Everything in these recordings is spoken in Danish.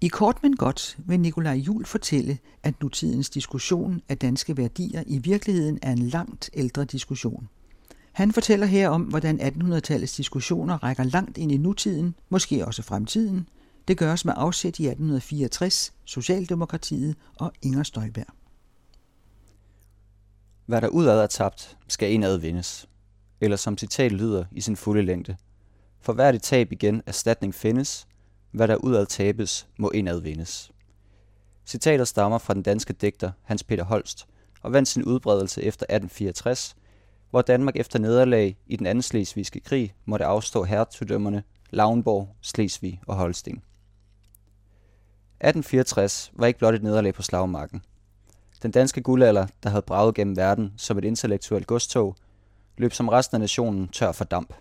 I Kort men godt vil Nikolaj Juul fortælle, at nutidens diskussion af danske værdier i virkeligheden er en langt ældre diskussion. Han fortæller her om, hvordan 1800-tallets diskussioner rækker langt ind i nutiden, måske også fremtiden. Det gøres med afsæt i 1864, Socialdemokratiet og Inger Støjberg. Hvad der udad er tabt, skal indad vindes. Eller som citat lyder i sin fulde længde. For hvert et tab igen erstatning findes, hvad der udad tabes, må indad vindes. Citatet stammer fra den danske digter Hans Peter Holst og vandt sin udbredelse efter 1864, hvor Danmark efter nederlag i den anden slesvigske krig måtte afstå hertugdømmerne Lauenborg, Slesvig og Holsten. 1864 var ikke blot et nederlag på slagmarken. Den danske guldalder, der havde braget gennem verden som et intellektuelt godstog, løb som resten af nationen tør for damp.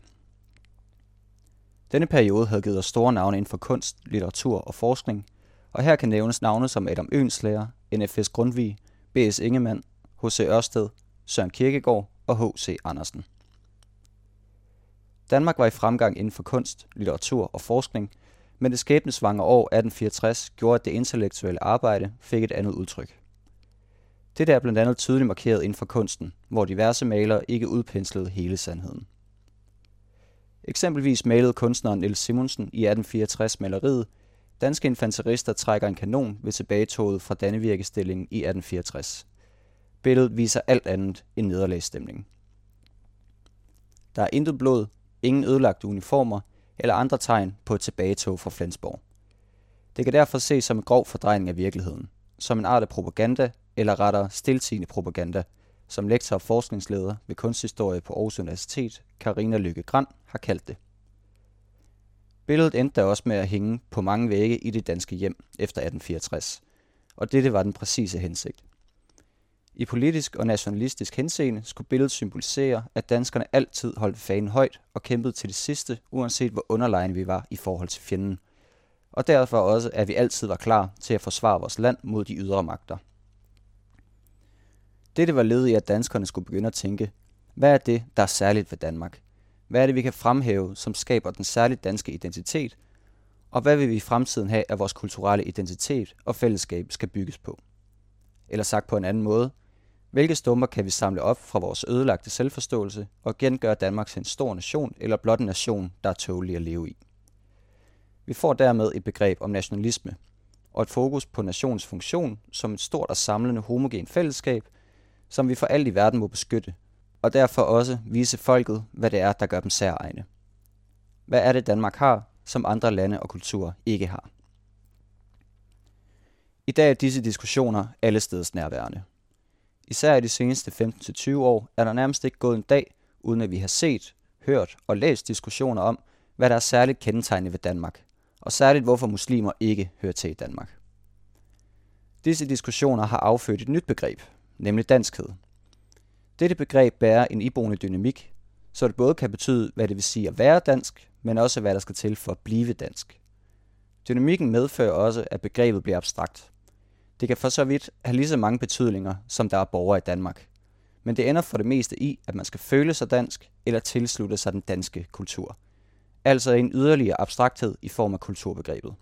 Denne periode havde givet os store navne inden for kunst, litteratur og forskning, og her kan nævnes navne som Adam Oehlenschläger, N.F.S. Grundtvig, B.S. Ingemann, H.C. Ørsted, Søren Kierkegaard og H.C. Andersen. Danmark var i fremgang inden for kunst, litteratur og forskning, men det skæbnesvangre år 1864 gjorde, at det intellektuelle arbejde fik et andet udtryk. Dette er blandt andet tydeligt markeret inden for kunsten, hvor diverse malere ikke udpenslede hele sandheden. Eksempelvis malede kunstneren Niels Simonsen i 1864 maleriet "Danske infanterister trækker en kanon" ved tilbagetoget fra Dannevirkestillingen i 1864. Billedet viser alt andet end nederlagsstemningen. Der er intet blod, ingen ødelagte uniformer eller andre tegn på et tilbagetog fra Flensborg. Det kan derfor ses som en grov fordrejning af virkeligheden, som en art af propaganda, eller rettere stiltiende propaganda, som lektor og forskningsleder ved kunsthistorie på Aarhus Universitet, Karina Lykke Gran, har kaldt det. Billedet endte da også med at hænge på mange vægge i det danske hjem efter 1864, og dette var den præcise hensigt. I politisk og nationalistisk henseende skulle billedet symbolisere, at danskerne altid holdt fanen højt og kæmpede til det sidste, uanset hvor underlegne vi var i forhold til fjenden, og derfor også, at vi altid var klar til at forsvare vores land mod de ydre magter. Dette var led i, at danskerne skulle begynde at tænke, hvad er det, der er særligt ved Danmark? Hvad er det, vi kan fremhæve, som skaber den særligt danske identitet? Og hvad vil vi i fremtiden have, at vores kulturelle identitet og fællesskab skal bygges på? Eller sagt på en anden måde, hvilke stumper kan vi samle op fra vores ødelagte selvforståelse og gengøre Danmark til en stor nation eller blot en nation, der er tålelig at leve i? Vi får dermed et begreb om nationalisme og et fokus på nationens funktion som et stort og samlende homogen fællesskab, som vi for alt i verden må beskytte, og derfor også vise folket, hvad det er, der gør dem særegne. Hvad er det, Danmark har, som andre lande og kulturer ikke har? I dag er disse diskussioner allesteds nærværende. Især i de seneste 15-20 år er der nærmest ikke gået en dag, uden at vi har set, hørt og læst diskussioner om, hvad der er særligt kendetegnende ved Danmark, og særligt hvorfor muslimer ikke hører til i Danmark. Disse diskussioner har affødt et nyt begreb, nemlig danskhed. Dette begreb bærer en iboende dynamik, så det både kan betyde, hvad det vil sige at være dansk, men også hvad der skal til for at blive dansk. Dynamikken medfører også, at begrebet bliver abstrakt. Det kan for så vidt have lige så mange betydninger, som der er borgere i Danmark. Men det ender for det meste i, at man skal føle sig dansk eller tilslutte sig den danske kultur. Altså en yderligere abstrakthed i form af kulturbegrebet.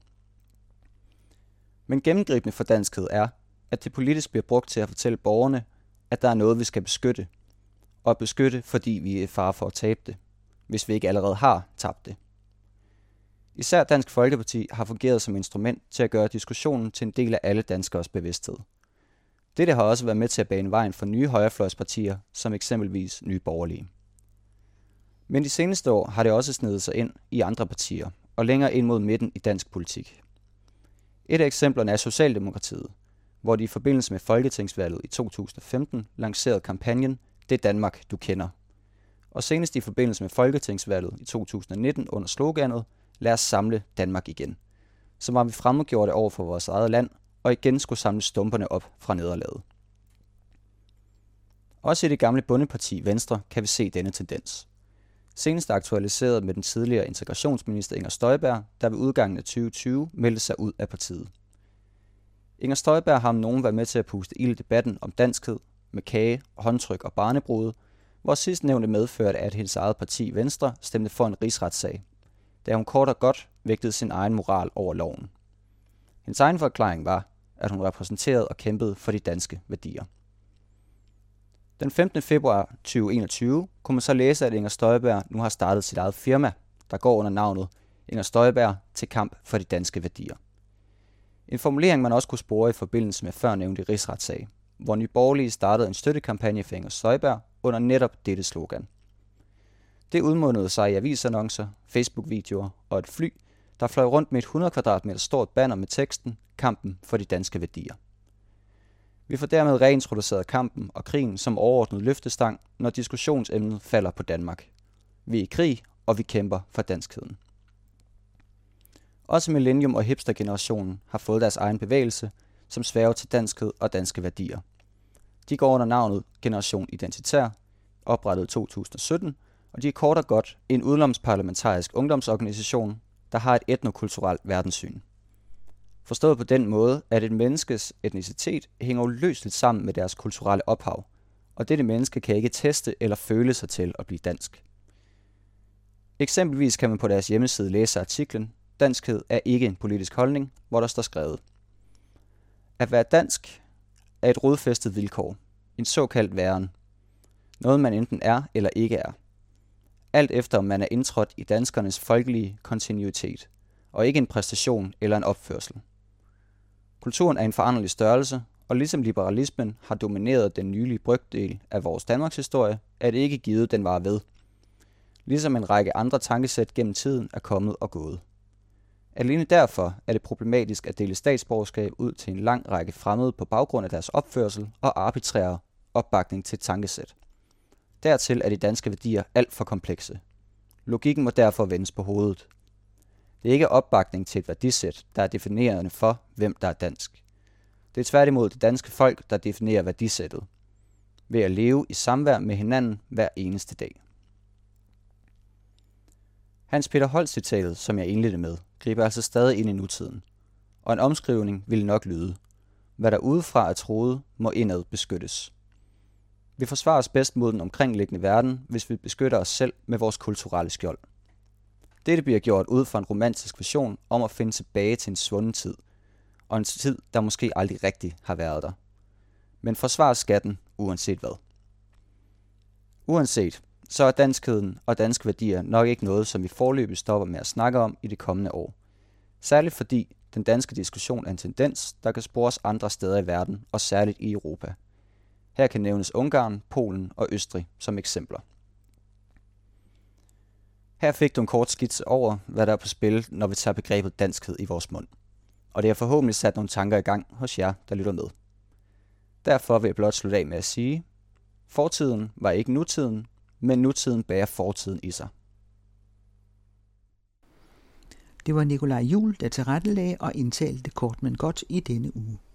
Men gennemgribende for danskhed er, at det politisk bliver brugt til at fortælle borgerne, at der er noget, vi skal beskytte. Og beskytte, fordi vi er i fare for at tabe det, hvis vi ikke allerede har tabt det. Især Dansk Folkeparti har fungeret som instrument til at gøre diskussionen til en del af alle danskeres bevidsthed. Dette har også været med til at bane vejen for nye højrefløjspartier, som eksempelvis Nye Borgerlige. Men de seneste år har det også snedet sig ind i andre partier, og længere ind mod midten i dansk politik. Et af eksemplerne er Socialdemokratiet, hvor de i forbindelse med folketingsvalget i 2015 lancerede kampagnen "Det Danmark, du kender". Og senest i forbindelse med folketingsvalget i 2019 under sloganet "Lad os samle Danmark igen", som var vi fremmedgjorte over for vores eget land, og igen skulle samle stumperne op fra nederlaget. Også i det gamle bondeparti Venstre kan vi se denne tendens. Senest aktualiseret med den tidligere integrationsminister Inger Støjberg, der ved udgangen af 2020 meldte sig ud af partiet. Inger Støjberg har om nogen været med til at puste ild i debatten om danskhed med kage, håndtryk og barnebrud, hvor sidstnævnte medførte, at hendes eget parti Venstre stemte for en rigsretssag, da hun kort og godt vægtede sin egen moral over loven. Hendes egen forklaring var, at hun repræsenterede og kæmpede for de danske værdier. Den 15. februar 2021 kunne man så læse, at Inger Støjberg nu har startet sit eget firma, der går under navnet Inger Støjberg til kamp for de danske værdier. En formulering, man også kunne spore i forbindelse med førnævnte rigsretssag, hvor Nye Borgerlige startede en støttekampagne for Inger Støjberg under netop dette slogan. Det udmundede sig i avisannoncer, Facebook-videoer og et fly, der fløj rundt med et 100 kvadratmeter stort banner med teksten "Kampen for de danske værdier". Vi får dermed reintroduceret kampen og krigen som overordnet løftestang, når diskussionsemnet falder på Danmark. Vi er i krig, og vi kæmper for danskheden. Også millennium- og hipstergenerationen har fået deres egen bevægelse, som sværger til danskhed og danske værdier. De går under navnet Generation Identitær, oprettet i 2017, og de er kort og godt en udenomsparlamentarisk ungdomsorganisation, der har et etnokulturelt verdenssyn. Forstået på den måde, at et menneskes etnicitet hænger uløseligt sammen med deres kulturelle ophav, og dette menneske kan ikke teste eller føle sig til at blive dansk. Eksempelvis kan man på deres hjemmeside læse artiklen "Danskhed er ikke en politisk holdning", hvor der står skrevet: At være dansk er et rodfæstet vilkår, en såkaldt væren. Noget man enten er eller ikke er. Alt efter om man er indtrådt i danskernes folkelige kontinuitet, og ikke en præstation eller en opførsel. Kulturen er en foranderlig størrelse, og ligesom liberalismen har domineret den nylige brøkdel af vores Danmarks historie, er det ikke givet, den varer ved. Ligesom en række andre tankesæt gennem tiden er kommet og gået. Alene derfor er det problematisk at dele statsborgerskab ud til en lang række fremmede på baggrund af deres opførsel og arbitrære opbakning til et tankesæt. Dertil er de danske værdier alt for komplekse. Logikken må derfor vendes på hovedet. Det er ikke opbakning til et værdisæt, der er definerende for, hvem der er dansk. Det er tværtimod det danske folk, der definerer værdisættet, ved at leve i samvær med hinanden hver eneste dag. Hans Peter Holst-citatet, som jeg indledte med, griber altså stadig ind i nutiden, og en omskrivning ville nok lyde: Hvad der udefra er troet, må indad beskyttes. Vi forsvarer os bedst mod den omkringliggende verden, hvis vi beskytter os selv med vores kulturelle skjold. Dette bliver gjort ud fra en romantisk vision om at finde tilbage til en svunden tid, og en tid, der måske aldrig rigtig har været der. Men forsvar skatten uanset hvad. Uanset, så er danskheden og danske værdier nok ikke noget, som vi foreløbig stopper med at snakke om i det kommende år. Særligt fordi den danske diskussion er en tendens, der kan spores andre steder i verden, og særligt i Europa. Her kan nævnes Ungarn, Polen og Østrig som eksempler. Her fik du en kort skitse over, hvad der er på spil, når vi tager begrebet danskhed i vores mund. Og det har forhåbentlig sat nogle tanker i gang hos jer, der lytter med. Derfor vil jeg blot slutte af med at sige: fortiden var ikke nutiden, men nutiden bærer fortiden i sig. Det var Nikolaj Juhl, der tilrettelagde og indtalte kort men godt i denne uge.